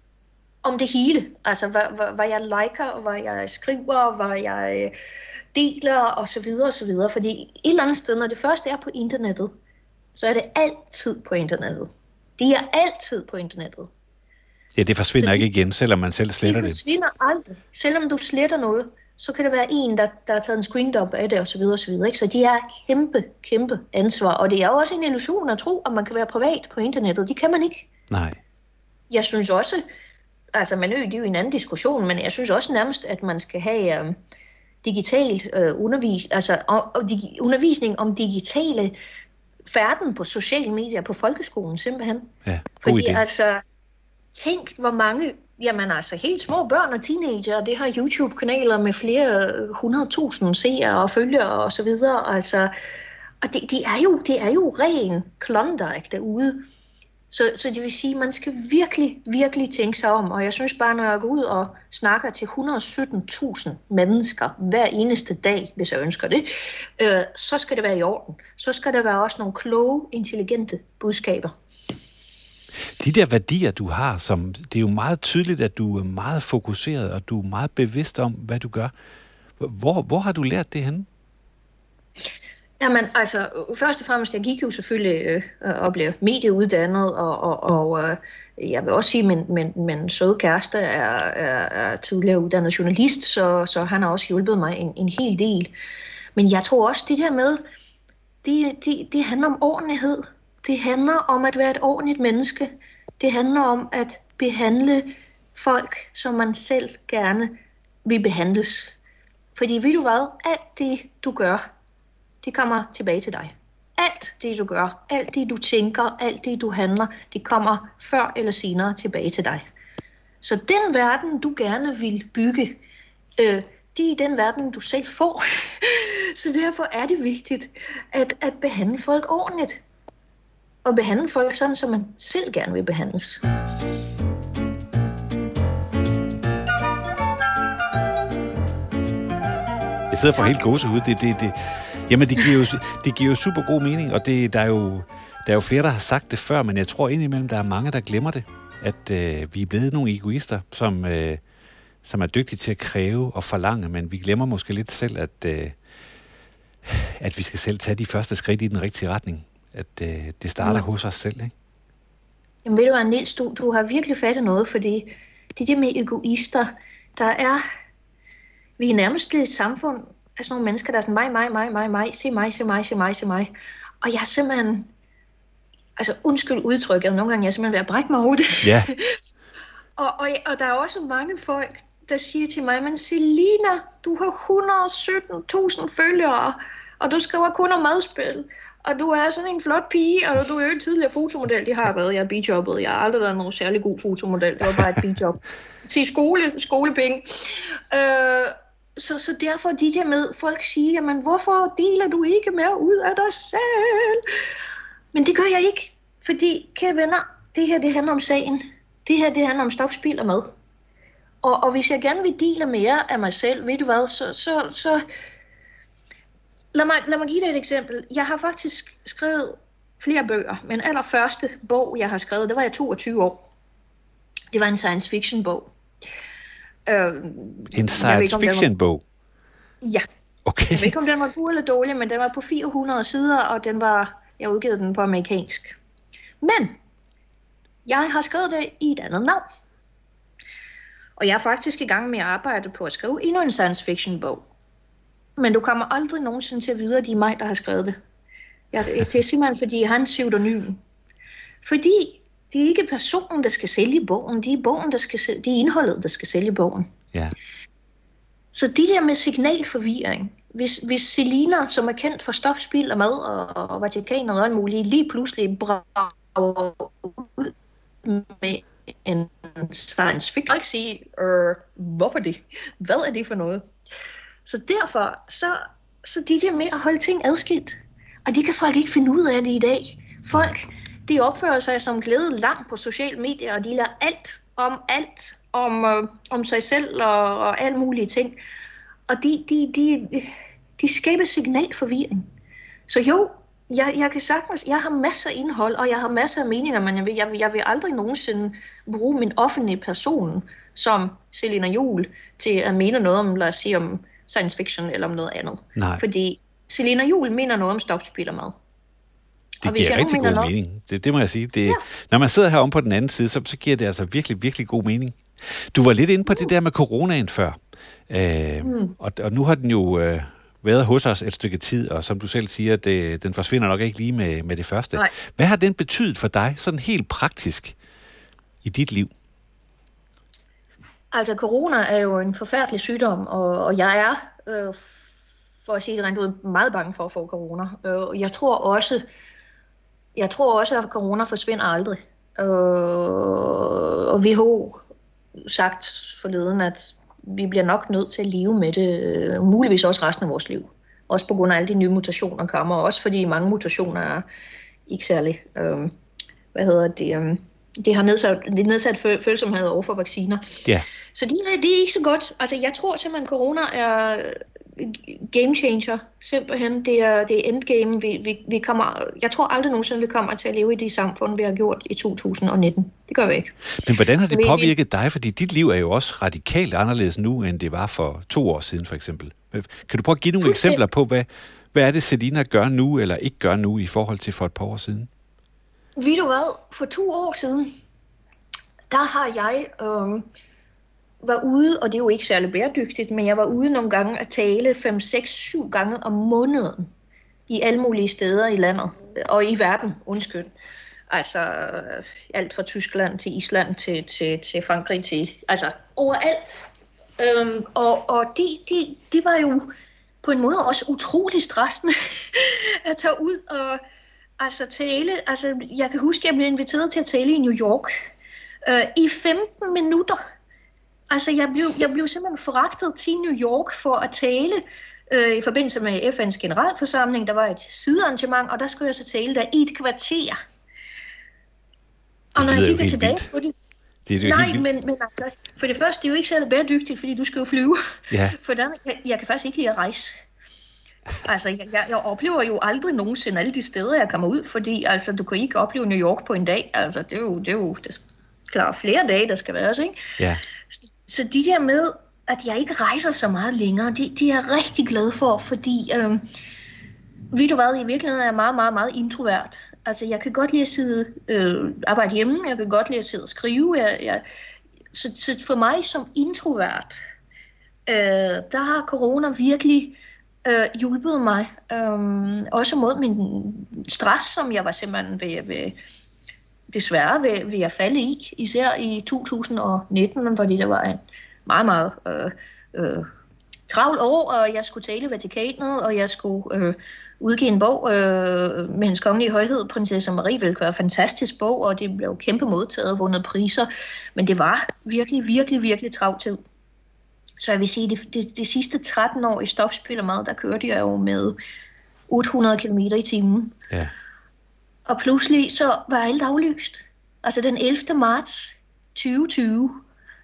om det hele. Altså, hvad, hvad, hvad jeg liker, hvad jeg skriver, hvad jeg deler, og så videre, og så videre. Fordi et eller andet sted, når det første er på internettet, så er det altid på internettet. Det er altid på internettet. Ja, det forsvinder det, ikke igen, selvom man selv sletter det. Det forsvinder det. aldrig. Selvom du sletter noget, så kan der være en, der, der har taget en screendump af det, og så videre, og så videre. Ikke? Så det er kæmpe, kæmpe ansvar. Og det er jo også en illusion at tro, at man kan være privat på internettet. Det kan man ikke. Nej. Jeg synes også, altså man øger det er jo en anden diskussion, men jeg synes også nærmest, at man skal have um, digital uh, undervis, altså, og, og dig, undervisning om digitale færden på sociale medier på folkeskolen, simpelthen. Ja, god Fordi idé. altså, tænk hvor mange, jamen altså helt små børn og teenager, det har YouTube-kanaler med flere hundrede tusind seere og følgere og så videre, altså, og det, det, er jo, det er jo ren klondike derude. Så, så det vil sige, at man skal virkelig, virkelig tænke sig om, og jeg synes bare, når jeg går ud og snakker til et hundrede og sytten tusind mennesker hver eneste dag, hvis jeg ønsker det, øh, så skal det være i orden. Så skal der være også nogle kloge, intelligente budskaber. De der værdier, du har, som, det er jo meget tydeligt, at du er meget fokuseret, og du er meget bevidst om, hvad du gør. Hvor, hvor har du lært det henne? Jamen, altså, først og fremmest, jeg gik jo selvfølgelig øh, og blev medieuddannet, og, og, og øh, jeg vil også sige, at min, min, min søde kæreste er, er, er tidligere uddannet journalist, så, så han har også hjulpet mig en, en hel del. Men jeg tror også, det der med, det, det, det handler om ordentlighed. Det handler om at være et ordentligt menneske. Det handler om at behandle folk, som man selv gerne vil behandles. Fordi ved du hvad, alt det du gør, det kommer tilbage til dig. Alt det du gør, alt det du tænker, alt det du handler, det kommer før eller senere tilbage til dig. Så den verden du gerne vil bygge, øh, det er den verden du selv får. Så derfor er det vigtigt at, at behandle folk ordentligt. Og behandle folk sådan, som man selv gerne vil behandles. Jeg sidder for helt gåsehud. Det, det, det, jamen, det giver, jo, det giver jo super god mening, og det, der, er jo, der er jo flere, der har sagt det før, men jeg tror indimellem, der er mange, der glemmer det, at øh, vi er blevet nogle egoister, som, øh, som er dygtige til at kræve og forlange, men vi glemmer måske lidt selv, at, øh, at vi skal selv tage de første skridt i den rigtige retning. At øh, det starter ja. hos os selv, ikke? Jamen ved du hvad, Niels, du, du har virkelig fattet noget, fordi det der med egoister, der er, vi er nærmest blevet et samfund af sådan nogle mennesker, der er sådan mig, mig, mig, mig, mig, se mig, se mig, se mig, se mig. Og jeg er simpelthen, altså undskyld udtrykket, nogle gange jeg er simpelthen ved at brække mig over det. Ja. og, og, og der er også mange folk, der siger til mig, men Selina, du har et hundrede og sytten tusind følgere, og du skriver kun om madspil. Og du er sådan en flot pige, og du er jo en tidligere fotomodel. Det har jeg været. Jeg er bijobbet. Jeg har aldrig været nogen særlig god fotomodel. Det var bare et bijob. Til skole, skolepenge. Øh, så, så derfor de der med, folk siger, jamen hvorfor deler du ikke mere ud af dig selv? Men det gør jeg ikke. Fordi, kære venner, det her det handler om sagen. Det her det handler om Stop Spil og Mad. Og, og hvis jeg gerne vil dele mere af mig selv, ved du hvad, så... så, så lad, mig, lad mig give dig et eksempel. Jeg har faktisk skrevet flere bøger, men allerførste bog, jeg har skrevet, det var jeg toogtyve år. Det var en science fiction bog. Uh, en science fiction bog? Ja. Okay. Jeg ved ikke, om den var god eller dårlig, men den var på fire hundrede sider, og den var, jeg udgivet den på amerikansk. Men jeg har skrevet det i et andet navn. Og jeg er faktisk i gang med at arbejde på at skrive endnu en science fiction bog. Men du kommer aldrig nogensinde til at vide, at det er mig, der har skrevet det. Jeg, det er simpelthen, fordi jeg har en pseudonym. Fordi det er ikke personen, der skal sælge bogen, det er, bogen, der skal, det er indholdet, der skal sælge bogen. Ja. Så det der med signalforvirring, hvis, hvis Selina, som er kendt for stofspil og mad og, og Vatikanet og alt muligt, lige pludselig brager ud med en science fiction, kan ikke sige, øh, hvorfor det? Hvad er det for noget? Så derfor, så, så det der med at holde ting adskilt, og det kan folk ikke finde ud af det i dag. Folk, de opfører sig som glæde langt på sociale medier, og de lærer alt om alt, om, øh, om sig selv og, og alle mulige ting. Og de, de, de, de skaber signalforvirring. Så jo, jeg, jeg kan sagtens, jeg har masser af indhold, og jeg har masser af meninger, men jeg vil, jeg vil, jeg vil aldrig nogensinde bruge min offentlige person, som Selina Juul, til at mene noget om, lad os sige, om science fiction eller om noget andet. Nej. Fordi Selina Juul mener noget om stofspil og mad. Det giver rigtig god noget, mening. Det, det må jeg sige. Det, ja. Når man sidder herom på den anden side, så, så giver det altså virkelig, virkelig god mening. Du var lidt inde på mm. det der med coronaen før. Øh, mm. og, og nu har den jo øh, været hos os et stykke tid, og som du selv siger, det, den forsvinder nok ikke lige med, med det første. Nej. Hvad har den betydet for dig, sådan helt praktisk, i dit liv? Altså, corona er jo en forfærdelig sygdom, og, og jeg er, øh, for at sige det rent ud, meget bange for at få corona. Øh, jeg tror også, jeg tror også, at corona forsvinder aldrig. Øh, og V H O sagt forleden, at vi bliver nok nødt til at leve med det, øh, muligvis også resten af vores liv. Også på grund af alle de nye mutationer, der kommer, og også fordi mange mutationer er ikke særlig, øh, hvad hedder det, øh, det har nedsat, det nedsat følsomhed over for vacciner. Ja. Så det, det er ikke så godt. Altså, jeg tror simpelthen, at corona er game changer. Simpelthen, det er, det er endgame. Vi, vi, vi kommer, jeg tror aldrig nogensinde, vi kommer til at leve i det samfund, vi har gjort i to tusind og nitten. Det gør vi ikke. Men hvordan har det påvirket dig? Fordi dit liv er jo også radikalt anderledes nu, end det var for to år siden, for eksempel. Kan du prøve at give nogle eksempler på, hvad, hvad er det, Selina gør nu, eller ikke gør nu, i forhold til for et par år siden? Ved du hvad? For to år siden, der har jeg øh, var ude, og det er jo ikke særlig bæredygtigt, men jeg var ude nogle gange at tale fem, seks, syv gange om måneden i alle mulige steder i landet, og i verden, undskyld. Altså alt fra Tyskland til Island til, til, til Frankrig, til, altså overalt. Øhm, og og det de, de var jo på en måde også utrolig stressende at tage ud og altså tale. Altså jeg kan huske, at jeg blev inviteret til at tale i New York øh, i femten minutter. Altså jeg blev, jeg blev simpelthen foragtet til New York for at tale øh, i forbindelse med F N's generalforsamling. Der var et sidearrangement, og der skulle jeg så tale der i et kvarter. Og når jeg kigger tilbage på det, det, det nej, men, men altså, for det første, det er jo ikke særlig bæredygtigt, fordi du skal jo flyve. Ja. For den, jeg, jeg kan faktisk ikke lide at rejse. Altså, jeg, jeg, jeg oplever jo aldrig nogensinde alle de steder, jeg kommer ud, fordi altså, du kan ikke opleve New York på en dag. Altså, det er jo, det er jo det er klart flere dage, der skal være, ikke? Ja. Så, så de der med, at jeg ikke rejser så meget længere, det, det er jeg rigtig glad for, fordi, øh, ved du hvad, i virkeligheden er jeg meget, meget, meget introvert. Altså, jeg kan godt lide at sidde, øh, arbejde hjemme, jeg kan godt lide at sidde og skrive. Jeg, jeg, så, så for mig som introvert, øh, der har corona virkelig øh, hjulpet mig. Øh, også mod min stress, som jeg var simpelthen ved, ved desværre ved, ved at falde i. Især i to tusind og nitten, fordi det var en meget, meget øh, øh, travl år, og jeg skulle tale i Vatikanet, og jeg skulle øh, udgive en bog øh, med hendes kongelige højhed, prinsesse Marie, hvilket var en fantastisk bog, og det blev kæmpe modtaget og vundet priser, men det var virkelig, virkelig, virkelig travlt tid. Så jeg vil sige, det, det, de sidste tretten år i stofspil og mad, der kørte jeg jo med otte hundrede kilometer i timen. Ja. Og pludselig så var alt aflyst. Altså den ellevte marts tyve tyve,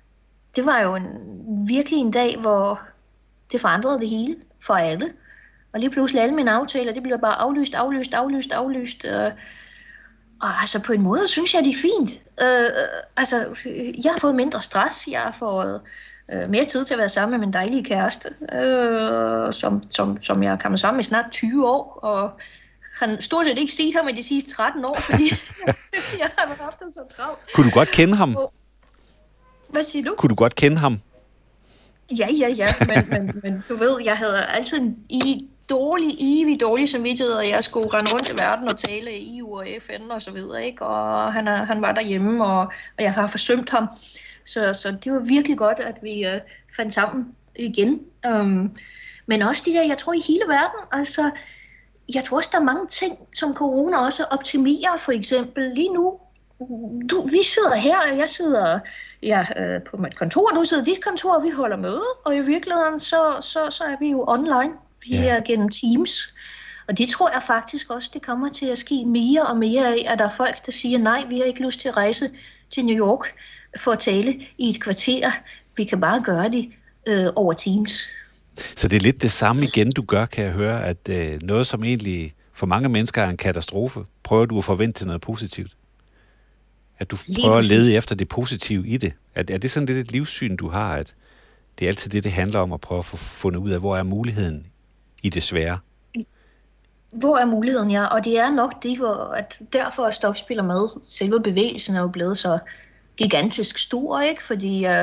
det var jo en, virkelig en dag, hvor det forandrede det hele for alle. Og lige pludselig alle mine aftaler, det blev bare aflyst, aflyst, aflyst, aflyst. Øh, og altså på en måde synes jeg, det er fint. Øh, altså, jeg har fået mindre stress, jeg har fået øh, mere tid til at være sammen med min dejlige kæreste, øh, som, som, som jeg er kommet sammen med snart tyve år, og han stort set ikke set ham i de sidste tretten år, fordi jeg har haft det så travlt. Kunne du godt kende ham? Hvad siger du? Kunne du godt kende ham? Ja, ja, ja, men, men, men du ved, jeg havde altid en i dårlig, evig dårlig samvittighed, og jeg skulle rende rundt i verden og tale i E U og F N og så videre, ikke? Og han, er, han var derhjemme, og, og jeg har forsømt ham. Så, så det var virkelig godt, at vi uh, fandt sammen igen. Um, men også de der, jeg tror i hele verden, altså, jeg tror også, der er mange ting, som corona også optimerer, for eksempel lige nu. Du, vi sidder her, og jeg sidder ja, øh, på mit kontor, du sidder i dit kontor, og vi holder møde, og i virkeligheden, så, så, så er vi jo online. Vi er yeah. gennem Teams, og det tror jeg faktisk også, det kommer til at ske mere og mere af, at der er folk, der siger, nej, vi har ikke lyst til at rejse til New York for at tale i et kvarter. Vi kan bare gøre det øh, over Teams. Så det er lidt det samme igen, du gør, kan jeg høre, at øh, noget, som egentlig for mange mennesker er en katastrofe, prøver du at forvente til noget positivt? At du Lige prøver præcis. at lede efter det positive i det? Er, er det sådan lidt et livssyn, du har, at det er altid det, det handler om at prøve at få fundet ud af, hvor er muligheden i det svære? Hvor er muligheden, ja, og det er nok det, hvor, at derfor er stopspiller med. Selve bevægelsen er jo blevet så gigantisk stor, ikke? Fordi øh,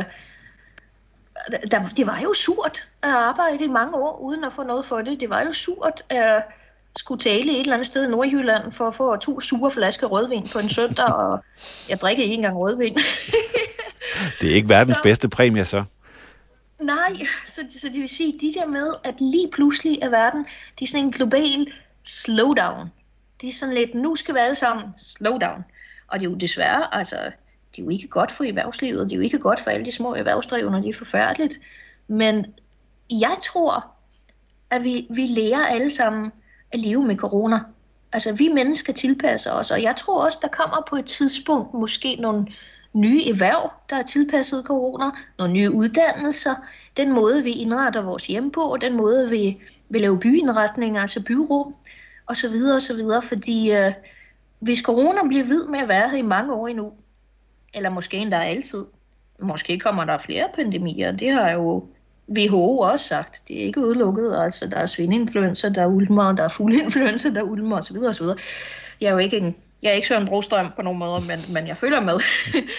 der, det var jo surt at arbejde i mange år, uden at få noget for det. Det var jo surt at skulle tale et eller andet sted i Nordjylland for at få to sure flasker rødvin på en søndag, og jeg drikker ikke engang rødvin. Det er ikke verdens så, bedste præmie, så? Nej, så, så det vil sige, de der med, at lige pludselig er verden, det er sådan en global slowdown. Det er sådan lidt, nu skal vi alle sammen slowdown. Og det er jo desværre, altså, det er jo ikke godt for erhvervslivet, det er jo ikke godt for alle de små erhvervsdrivende, det er forfærdeligt. Men jeg tror, at vi, vi lærer alle sammen at leve med corona. Altså, vi mennesker tilpasser os, og jeg tror også, der kommer på et tidspunkt måske nogle nye erhverv, der er tilpasset corona, nogle nye uddannelser, den måde, vi indretter vores hjem på, den måde, vi, vi laver byindretninger, altså byrum, og så videre, og så videre, fordi øh, hvis corona bliver ved med at være her i mange år endnu, eller måske endda altid, måske kommer der flere pandemier, det har jo W H O også sagt, det er ikke udelukket, altså der er svineinfluenza, der er ulmer, der er fugleinfluenza, der er ulmer, og så videre, og så videre. Jeg er jo ikke en Jeg er ikke Søren Brostrøm på nogen måde, men, men jeg følger med.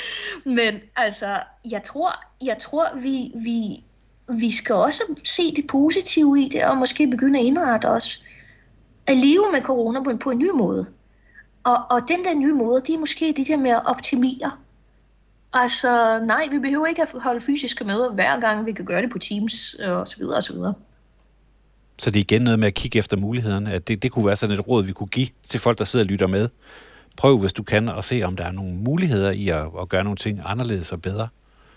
Men altså, jeg tror, jeg tror vi, vi, vi skal også se det positive i det, og måske begynde at indrette os. At leve med corona på en, på en ny måde. Og, og den der nye måde, det er måske det der med at optimere. Altså, nej, vi behøver ikke at holde fysiske møder, hver gang vi kan gøre det på Teams, og så videre, og så videre. Så det er igen noget med at kigge efter mulighederne, at det, det kunne være sådan et råd, vi kunne give til folk, der sidder og lytter med. Prøv, hvis du kan, at se, om der er nogle muligheder i at, at gøre nogle ting anderledes og bedre.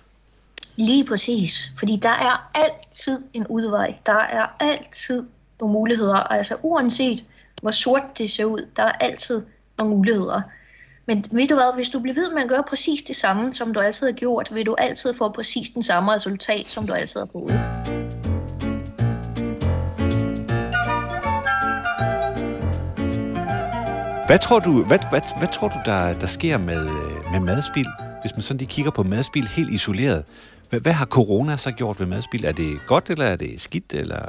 Lige præcis. Fordi der er altid en udvej. Der er altid nogle muligheder. Altså uanset hvor sort det ser ud, der er altid nogle muligheder. Men ved du hvad, hvis du bliver ved med at gøre præcis det samme, som du altid har gjort, vil du altid få præcis den samme resultat, som du altid har fået. Hvad tror du, hvad, hvad, hvad tror du der, der sker med, med madspil, hvis man sådan lige kigger på madspil helt isoleret? Hvad, hvad har corona så gjort ved madspil? Er det godt, eller er det skidt? Eller?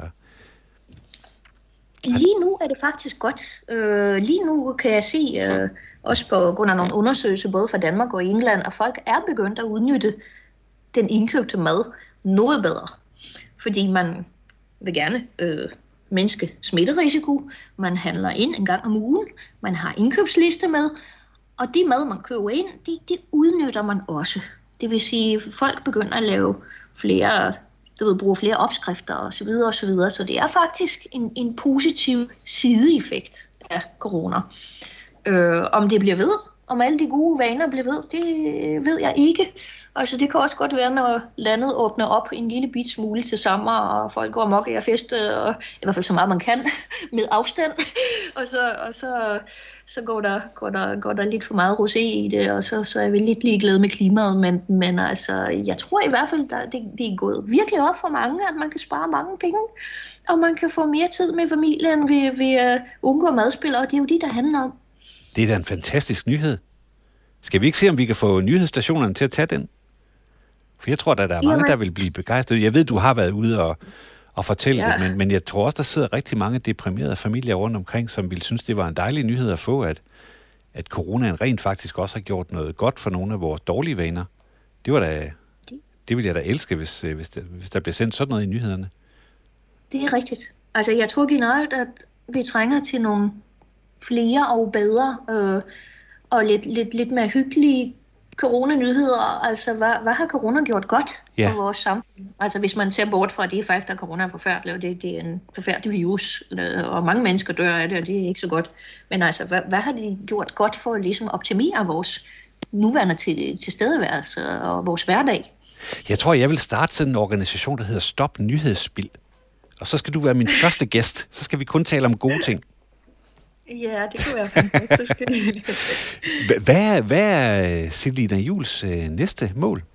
Lige nu er det faktisk godt. Øh, lige nu kan jeg se, øh, også på grund af nogle undersøgelser, både fra Danmark og England, at folk er begyndt at udnytte den indkøbte mad noget bedre. Fordi man vil gerne øh, mindske smitterisiko, man handler ind en gang om ugen, man har indkøbsliste med, og de mad, man køber ind, de, de udnytter man også. Det vil sige, at folk begynder at lave flere, du ved, bruge flere opskrifter og så videre og så videre. Så det er faktisk en, en positiv sideeffekt af corona. Øh, om det bliver ved, om alle de gode vaner bliver ved, det ved jeg ikke. Altså det kan også godt være, når landet åbner op en lille bit smule til sommer, og folk går amok i at feste, og i hvert fald så meget man kan, med afstand. Og så, og så så går der, går der, går der lidt for meget rosé i det, og så, så er vi lidt ligeglade med klimaet, men, men altså, jeg tror i hvert fald, at det, det er gået virkelig op for mange, at man kan spare mange penge, og man kan få mere tid med familien ved, ved at undgå madspil, og det er jo det, der handler om. Det er da en fantastisk nyhed. Skal vi ikke se, om vi kan få nyhedsstationerne til at tage den? For jeg tror, at der er mange, Jamen. der vil blive begejstret. Jeg ved, du har været ude og, og fortælle ja. det, men, men jeg tror også, der sidder rigtig mange deprimerede familier rundt omkring, som ville synes, det var en dejlig nyhed at få, at, at coronaen rent faktisk også har gjort noget godt for nogle af vores dårlige vaner. Det var da, det ville jeg da elske, hvis, hvis, der, hvis der blev sendt sådan noget i nyhederne. Det er rigtigt. Altså, jeg tror generelt, at vi trænger til nogle flere og bedre øh, og lidt, lidt, lidt mere hyggelige coronanyheder. Altså, hvad, hvad har corona gjort godt ja. for vores samfund? Altså, hvis man ser bort fra det fakt, at corona er forfærdelig, og det, det er en forfærdelig virus, og mange mennesker dør af det, og det er ikke så godt. Men altså, hvad, hvad har de gjort godt for at ligesom optimere vores nuværende til, tilstedeværelse og vores hverdag? Jeg tror, jeg vil starte sådan en organisation, der hedder Stop Nyhedsspild. Og så skal du være min første gæst. Så skal vi kun tale om gode ting. Ja, det kunne være fantastisk. Hvad er, hvad er Selina Juuls øh, næste mål?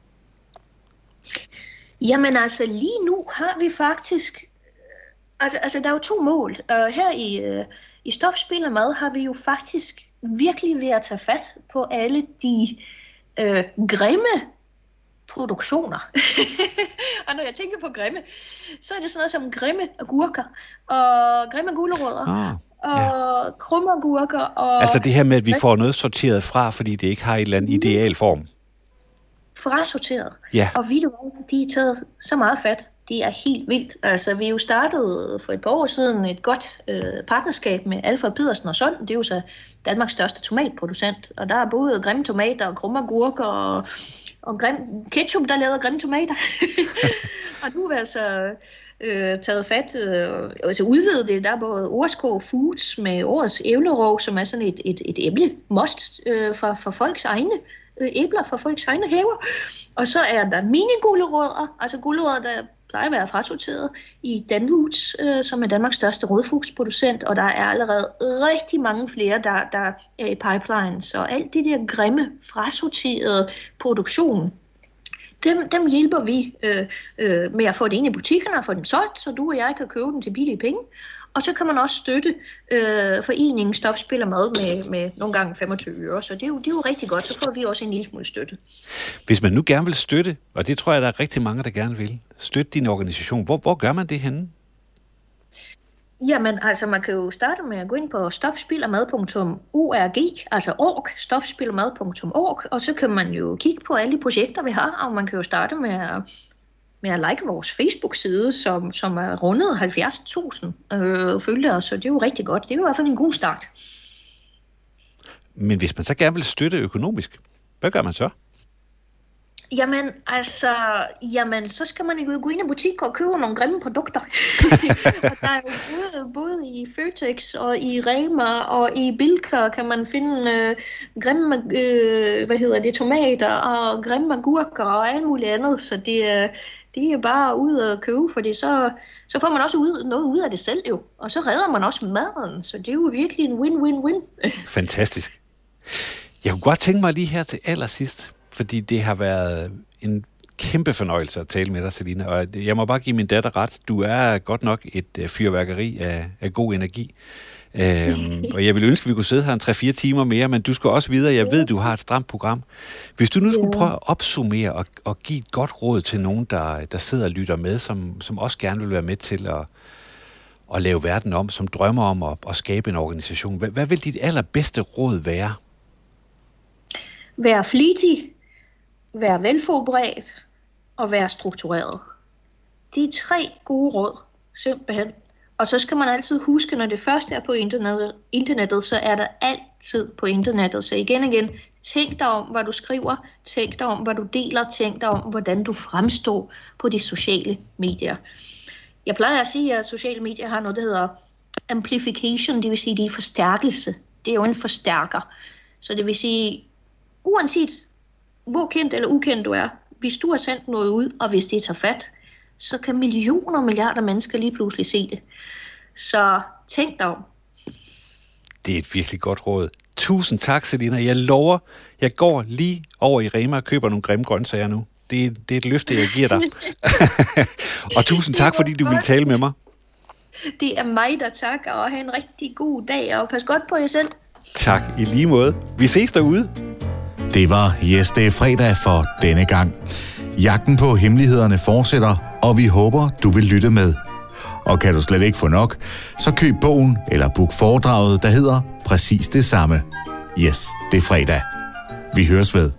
Jamen altså, lige nu har vi faktisk... Altså, altså der er jo to mål. Uh, her i, uh, i Stop Spil og Mad har vi jo faktisk virkelig ved at tage fat på alle de uh, grimme produktioner. Og når jeg tænker på grimme, så er det sådan noget som grimme agurker og grimme gulerødder. Ah. Og ja. krumagurker og... Altså det her med, at vi får noget sorteret fra, fordi det ikke har en eller anden ideal form. Frasorteret. Ja. Og ved du hvad, de er taget så meget fat. Det er helt vildt. Altså vi jo startede for et par år siden et godt øh, partnerskab med Alfred Pedersen og Sund. Det er jo så Danmarks største tomatproducent. Og der er både grimme tomater og krumagurker og, og grim, ketchup, der laver grimme tomater. Og nu er altså... Øh, taget fat, øh, altså udvidet det. Der er både Orskov Foods med årets æblerov, som er sådan et, et, et æblemost øh, fra, fra folks egne øh, æbler, fra folks egne haver. Og så er der mini-gulerødder, altså gulerødder, der plejer at være frasorteret i Danwoods, øh, som er Danmarks største rødfrugtsproducent, og der er allerede rigtig mange flere, der, der er i pipeline. Så alt det der grimme, frasorterede produktion, Dem, dem hjælper vi øh, øh, med at få det ind i butikkerne og få dem solgt, så du og jeg kan købe dem til billige penge. Og så kan man også støtte øh, foreningen Stop Spil og Mad med, med nogle gange femogtyve øre. Så det er, jo, det er jo rigtig godt, så får vi også en lille smule støtte. Hvis man nu gerne vil støtte, og det tror jeg, der er rigtig mange, der gerne vil, støtte din organisation, hvor, hvor gør man det henne? Jamen, altså man kan jo starte med at gå ind på stop spil og mad punktum org, altså org, stop spil og mad punktum org, og så kan man jo kigge på alle de projekter, vi har, og man kan jo starte med at, med at like vores Facebook-side, som, som er rundet halvfjerds tusind øh, følgere, så det er jo rigtig godt. Det er jo i hvert fald en god start. Men hvis man så gerne vil støtte økonomisk, hvad gør man så? Jamen, altså, jamen, så skal man jo gå ind i butik og købe nogle grimme produkter. Og der er jo både, både i Føtex og i Rema og i Bilka kan man finde øh, grimme, øh, hvad hedder det, tomater og grimme agurker og alt muligt andet. Så det, øh, det er bare ud at købe, fordi så, så får man også ud, noget ud af det selv jo. Og så redder man også maden, så det er jo virkelig en win-win-win. Fantastisk. Jeg kunne godt tænke mig lige her til allersidst, fordi det har været en kæmpe fornøjelse at tale med dig, Selina. Og jeg må bare give min datter ret. Du er godt nok et fyrværkeri af, af god energi. Øhm, og jeg ville ønske, at vi kunne sidde her en tre fire timer mere, men du skal også videre. Jeg ved, du har et stramt program. Hvis du nu skulle prøve at opsummere og, og give et godt råd til nogen, der, der sidder og lytter med, som, som også gerne vil være med til at, at lave verden om, som drømmer om at, at skabe en organisation. Hvad, hvad vil dit allerbedste råd være? Vær flittig, vær velforberedt og vær struktureret. De er tre gode råd, simpelthen. Og så skal man altid huske, når det først er på internettet, internettet, så er der altid på internettet. Så igen og igen, tænk dig om, hvad du skriver, tænk dig om, hvad du deler, tænk dig om, hvordan du fremstår på de sociale medier. Jeg plejer at sige, at sociale medier har noget, der hedder amplification, det vil sige, det er forstærkelse. Det er jo en forstærker. Så det vil sige, uanset hvor kendt eller ukendt du er, hvis du har sendt noget ud, og hvis det tager fat, så kan millioner og milliarder mennesker lige pludselig se det. Så tænk dig om. Det er et virkelig godt råd. Tusind tak, Selina. Jeg lover, jeg går lige over i Rema og køber nogle grimme grøntsager nu. Det er, det er et løfte, jeg giver dig. Og tusind tak, fordi du ville tale med mig. Det er mig, der takker, og have en rigtig god dag, og pas godt på jer selv. Tak, i lige måde. Vi ses derude. Det var Yes, det er fredag for denne gang. Jagten på hemmelighederne fortsætter, og vi håber, du vil lytte med. Og kan du slet ikke få nok, så køb bogen eller book foredraget, der hedder præcis det samme. Yes, det er fredag. Vi høres ved.